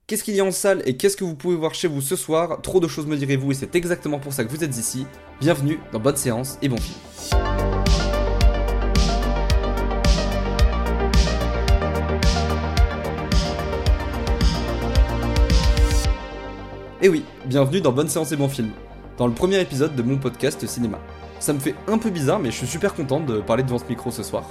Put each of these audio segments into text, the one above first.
Qu'est-ce qu'il y a en salle et qu'est-ce que vous pouvez voir chez vous ce soir? Trop de choses me direz-vous et c'est exactement pour ça que vous êtes ici. Bienvenue dans Bonne Séance et Bon Film. Et oui, bienvenue dans Bonne Séance et Bon Film, dans le premier épisode de mon podcast cinéma. Ça me fait un peu bizarre mais je suis super content de parler devant ce micro ce soir.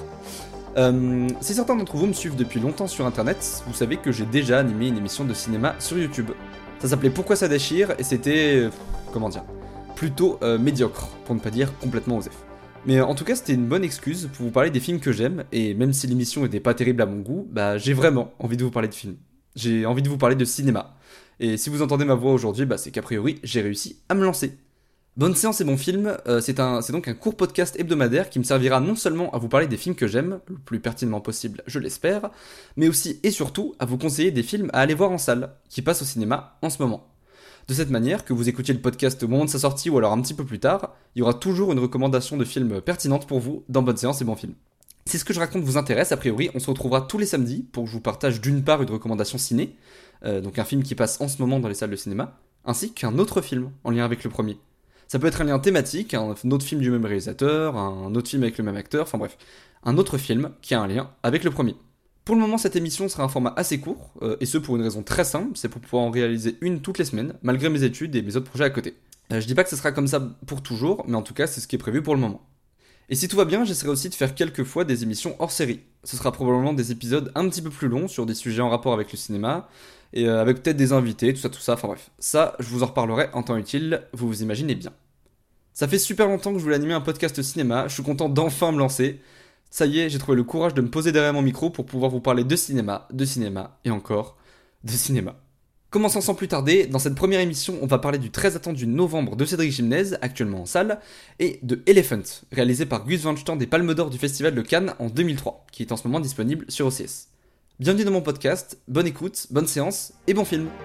Si certains d'entre vous me suivent depuis longtemps sur internet, vous savez que j'ai déjà animé une émission de cinéma sur YouTube. Ça s'appelait Pourquoi ça déchire et c'était... plutôt médiocre, pour ne pas dire complètement osef. Mais en tout cas c'était une bonne excuse pour vous parler des films que j'aime, et même si l'émission était pas terrible à mon goût, j'ai vraiment envie de vous parler de films. J'ai envie de vous parler de cinéma. Et si vous entendez ma voix aujourd'hui, c'est qu'a priori j'ai réussi à me lancer. Bonne séance et bon film, c'est donc un court podcast hebdomadaire qui me servira non seulement à vous parler des films que j'aime, le plus pertinemment possible, je l'espère, mais aussi et surtout à vous conseiller des films à aller voir en salle, qui passent au cinéma en ce moment. De cette manière, que vous écoutiez le podcast au moment de sa sortie ou alors un petit peu plus tard, il y aura toujours une recommandation de films pertinente pour vous dans Bonne séance et bon film. Si ce que je raconte vous intéresse, a priori, on se retrouvera tous les samedis pour que je vous partage d'une part une recommandation ciné, donc un film qui passe en ce moment dans les salles de cinéma, ainsi qu'un autre film en lien avec le premier. Ça peut être un lien thématique, un autre film du même réalisateur, un autre film avec le même acteur, enfin bref, un autre film qui a un lien avec le premier. Pour le moment, cette émission sera un format assez court, et ce pour une raison très simple, c'est pour pouvoir en réaliser une toutes les semaines, malgré mes études et mes autres projets à côté. Je dis pas que ce sera comme ça pour toujours, mais en tout cas, c'est ce qui est prévu pour le moment. Et si tout va bien, j'essaierai aussi de faire quelques fois des émissions hors série. Ce sera probablement des épisodes un petit peu plus longs sur des sujets en rapport avec le cinéma, et avec peut-être des invités, tout ça, enfin bref. Ça, je vous en reparlerai en temps utile, vous vous imaginez bien. Ça fait super longtemps que je voulais animer un podcast cinéma, je suis content d'enfin me lancer. Ça y est, j'ai trouvé le courage de me poser derrière mon micro pour pouvoir vous parler de cinéma, et encore, de cinéma. Commençons sans plus tarder, dans cette première émission, on va parler du très attendu Novembre de Cédric Gimnez, actuellement en salle, et de Elephant, réalisé par Gus Van Sant des Palmes d'Or du Festival de Cannes en 2003, qui est en ce moment disponible sur OCS. Bienvenue dans mon podcast, bonne écoute, bonne séance, et bon film.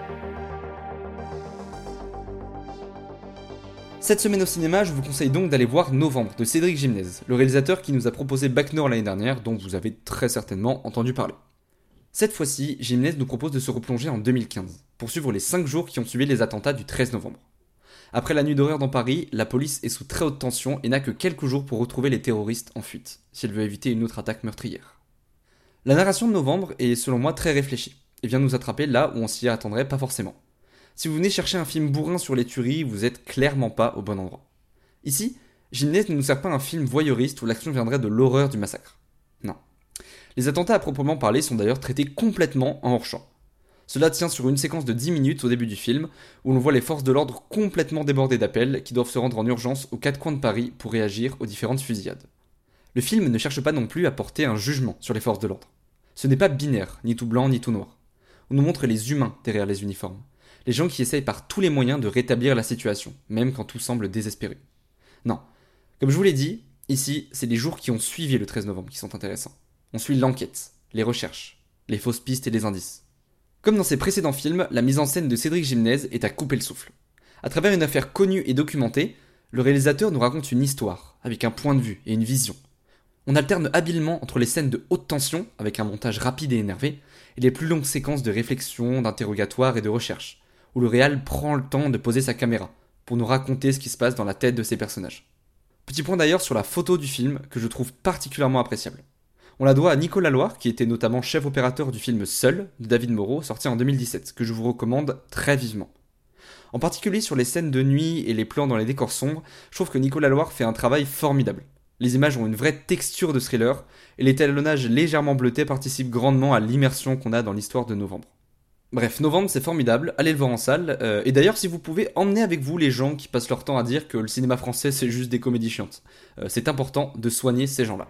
Cette semaine au cinéma, je vous conseille donc d'aller voir Novembre de Cédric Gimnez, le réalisateur qui nous a proposé Bac Nord l'année dernière, dont vous avez très certainement entendu parler. Cette fois-ci, Gimnez nous propose de se replonger en 2015, pour suivre les 5 jours qui ont suivi les attentats du 13 novembre. Après la nuit d'horreur dans Paris, la police est sous très haute tension et n'a que quelques jours pour retrouver les terroristes en fuite, si elle veut éviter une autre attaque meurtrière. La narration de Novembre est selon moi très réfléchie, et vient nous attraper là où on s'y attendrait pas forcément. Si vous venez chercher un film bourrin sur les tueries, vous êtes clairement pas au bon endroit. Ici, Gimnez ne nous sert pas un film voyeuriste où l'action viendrait de l'horreur du massacre. Non. Les attentats à proprement parler sont d'ailleurs traités complètement en hors-champ. Cela tient sur une séquence de 10 minutes au début du film, où l'on voit les forces de l'ordre complètement débordées d'appels qui doivent se rendre en urgence aux 4 coins de Paris pour réagir aux différentes fusillades. Le film ne cherche pas non plus à porter un jugement sur les forces de l'ordre. Ce n'est pas binaire, ni tout blanc ni tout noir. On nous montre les humains derrière les uniformes. Les gens qui essayent par tous les moyens de rétablir la situation, même quand tout semble désespéré. Non. Comme je vous l'ai dit, ici, c'est les jours qui ont suivi le 13 novembre qui sont intéressants. On suit l'enquête, les recherches, les fausses pistes et les indices. Comme dans ses précédents films, la mise en scène de Cédric Gimnez est à couper le souffle. À travers une affaire connue et documentée, le réalisateur nous raconte une histoire, avec un point de vue et une vision. On alterne habilement entre les scènes de haute tension, avec un montage rapide et énervé, et les plus longues séquences de réflexion, d'interrogatoire et de recherche, où le réal prend le temps de poser sa caméra, pour nous raconter ce qui se passe dans la tête de ses personnages. Petit point d'ailleurs sur la photo du film, que je trouve particulièrement appréciable. On la doit à Nicolas Loire, qui était notamment chef opérateur du film Seul, de David Moreau, sorti en 2017, que je vous recommande très vivement. En particulier sur les scènes de nuit et les plans dans les décors sombres, je trouve que Nicolas Loire fait un travail formidable. Les images ont une vraie texture de thriller, et l'étalonnage légèrement bleuté participe grandement à l'immersion qu'on a dans l'histoire de Novembre. Bref, Novembre c'est formidable, allez le voir en salle, et d'ailleurs si vous pouvez, emmenez avec vous les gens qui passent leur temps à dire que le cinéma français c'est juste des comédies chiantes. C'est important de soigner ces gens-là.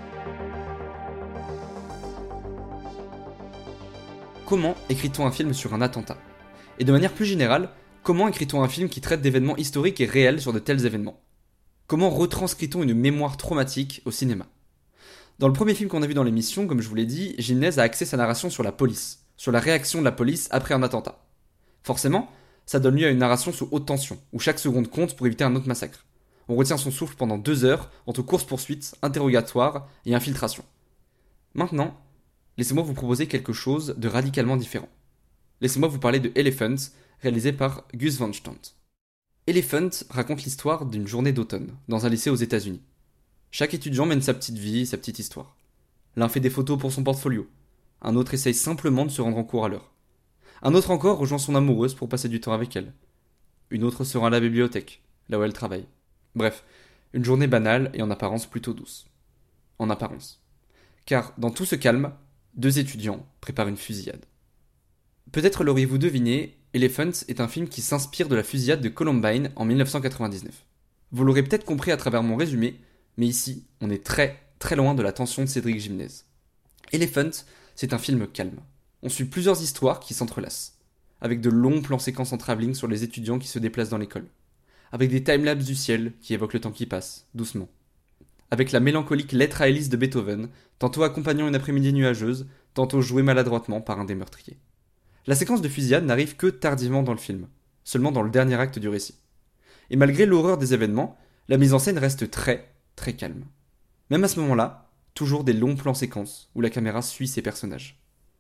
Comment écrit-on un film sur un attentat? Et de manière plus générale, comment écrit-on un film qui traite d'événements historiques et réels sur de tels événements? Comment retranscrit-on une mémoire traumatique au cinéma? Dans le premier film qu'on a vu dans l'émission, comme je vous l'ai dit, Gimnez a axé sa narration sur la police, sur la réaction de la police après un attentat. Forcément, ça donne lieu à une narration sous haute tension, où chaque seconde compte pour éviter un autre massacre. On retient son souffle pendant 2 heures, entre course-poursuite, interrogatoire et infiltration. Maintenant, laissez-moi vous proposer quelque chose de radicalement différent. Laissez-moi vous parler de Elephant, réalisé par Gus Van Sant. Elephant raconte l'histoire d'une journée d'automne, dans un lycée aux États-Unis. Chaque étudiant mène sa petite vie, sa petite histoire. L'un fait des photos pour son portfolio. Un autre essaye simplement de se rendre en cours à l'heure. Un autre encore rejoint son amoureuse pour passer du temps avec elle. Une autre se rend à la bibliothèque, là où elle travaille. Bref, une journée banale et en apparence plutôt douce. En apparence. Car, dans tout ce calme, 2 étudiants préparent une fusillade. Peut-être l'auriez-vous deviné, Elephant est un film qui s'inspire de la fusillade de Columbine en 1999. Vous l'aurez peut-être compris à travers mon résumé, mais ici, on est très, très loin de la tension de Cédric Gimnez. Elephant, c'est un film calme. On suit plusieurs histoires qui s'entrelacent, avec de longs plans séquences en travelling sur les étudiants qui se déplacent dans l'école, avec des timelapses du ciel qui évoquent le temps qui passe, doucement, avec la mélancolique lettre à Élise de Beethoven, tantôt accompagnant une après-midi nuageuse, tantôt jouée maladroitement par un des meurtriers. La séquence de fusillade n'arrive que tardivement dans le film, seulement dans le dernier acte du récit. Et malgré l'horreur des événements, la mise en scène reste très, très calme. Même à ce moment-là, toujours des longs plans séquences où la caméra suit ses personnages.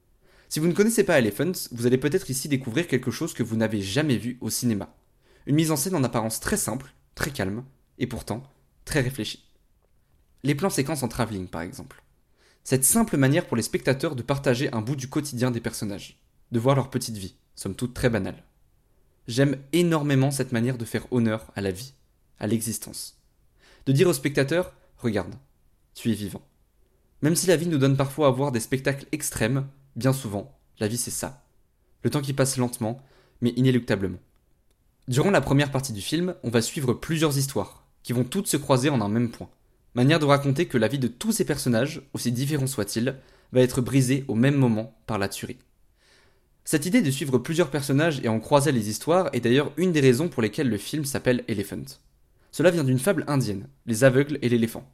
Si vous ne connaissez pas Elephant, vous allez peut-être ici découvrir quelque chose que vous n'avez jamais vu au cinéma. Une mise en scène en apparence très simple, très calme, et pourtant très réfléchie. Les plans séquences en travelling, par exemple. Cette simple manière pour les spectateurs de partager un bout du quotidien des personnages, de voir leur petite vie, somme toute très banale. J'aime énormément cette manière de faire honneur à la vie, à l'existence. De dire aux spectateurs, regarde, tu es vivant. Même si la vie nous donne parfois à voir des spectacles extrêmes, bien souvent, la vie c'est ça. Le temps qui passe lentement, mais inéluctablement. Durant la première partie du film, on va suivre plusieurs histoires, qui vont toutes se croiser en un même point. Manière de raconter que la vie de tous ces personnages, aussi différents soient-ils, va être brisée au même moment par la tuerie. Cette idée de suivre plusieurs personnages et en croiser les histoires est d'ailleurs une des raisons pour lesquelles le film s'appelle Elephant. Cela vient d'une fable indienne, les aveugles et l'éléphant.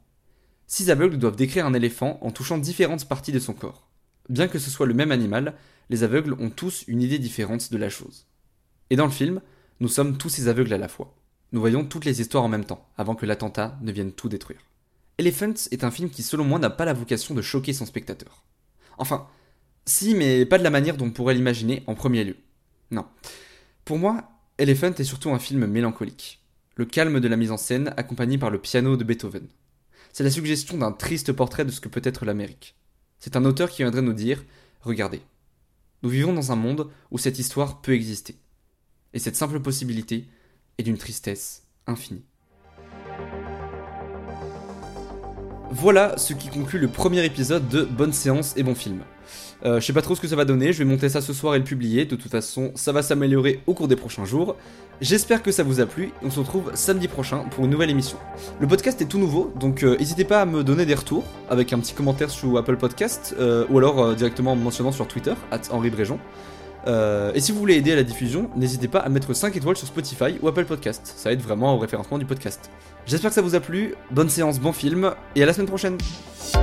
6 aveugles doivent décrire un éléphant en touchant différentes parties de son corps. Bien que ce soit le même animal, les aveugles ont tous une idée différente de la chose. Et dans le film, nous sommes tous ces aveugles à la fois. Nous voyons toutes les histoires en même temps, avant que l'attentat ne vienne tout détruire. Elephant est un film qui selon moi n'a pas la vocation de choquer son spectateur. Enfin, si, mais pas de la manière dont on pourrait l'imaginer en premier lieu. Non. Pour moi, Elephant est surtout un film mélancolique. Le calme de la mise en scène accompagné par le piano de Beethoven. C'est la suggestion d'un triste portrait de ce que peut être l'Amérique. C'est un auteur qui viendrait nous dire « Regardez, nous vivons dans un monde où cette histoire peut exister. Et cette simple possibilité est d'une tristesse infinie. » Voilà ce qui conclut le premier épisode de Bonne séance et bon film. Je sais pas trop ce que ça va donner, je vais monter ça ce soir et le publier, de toute façon ça va s'améliorer au cours des prochains jours. J'espère que ça vous a plu, on se retrouve samedi prochain pour une nouvelle émission. Le podcast est tout nouveau, donc n'hésitez pas à me donner des retours, avec un petit commentaire sur Apple Podcast, ou alors directement en me mentionnant sur Twitter, @HenriBréjean. Et si vous voulez aider à la diffusion, n'hésitez pas à mettre 5 étoiles sur Spotify ou Apple Podcast, ça aide vraiment au référencement du podcast. J'espère que ça vous a plu, bonne séance, bon film, et à la semaine prochaine.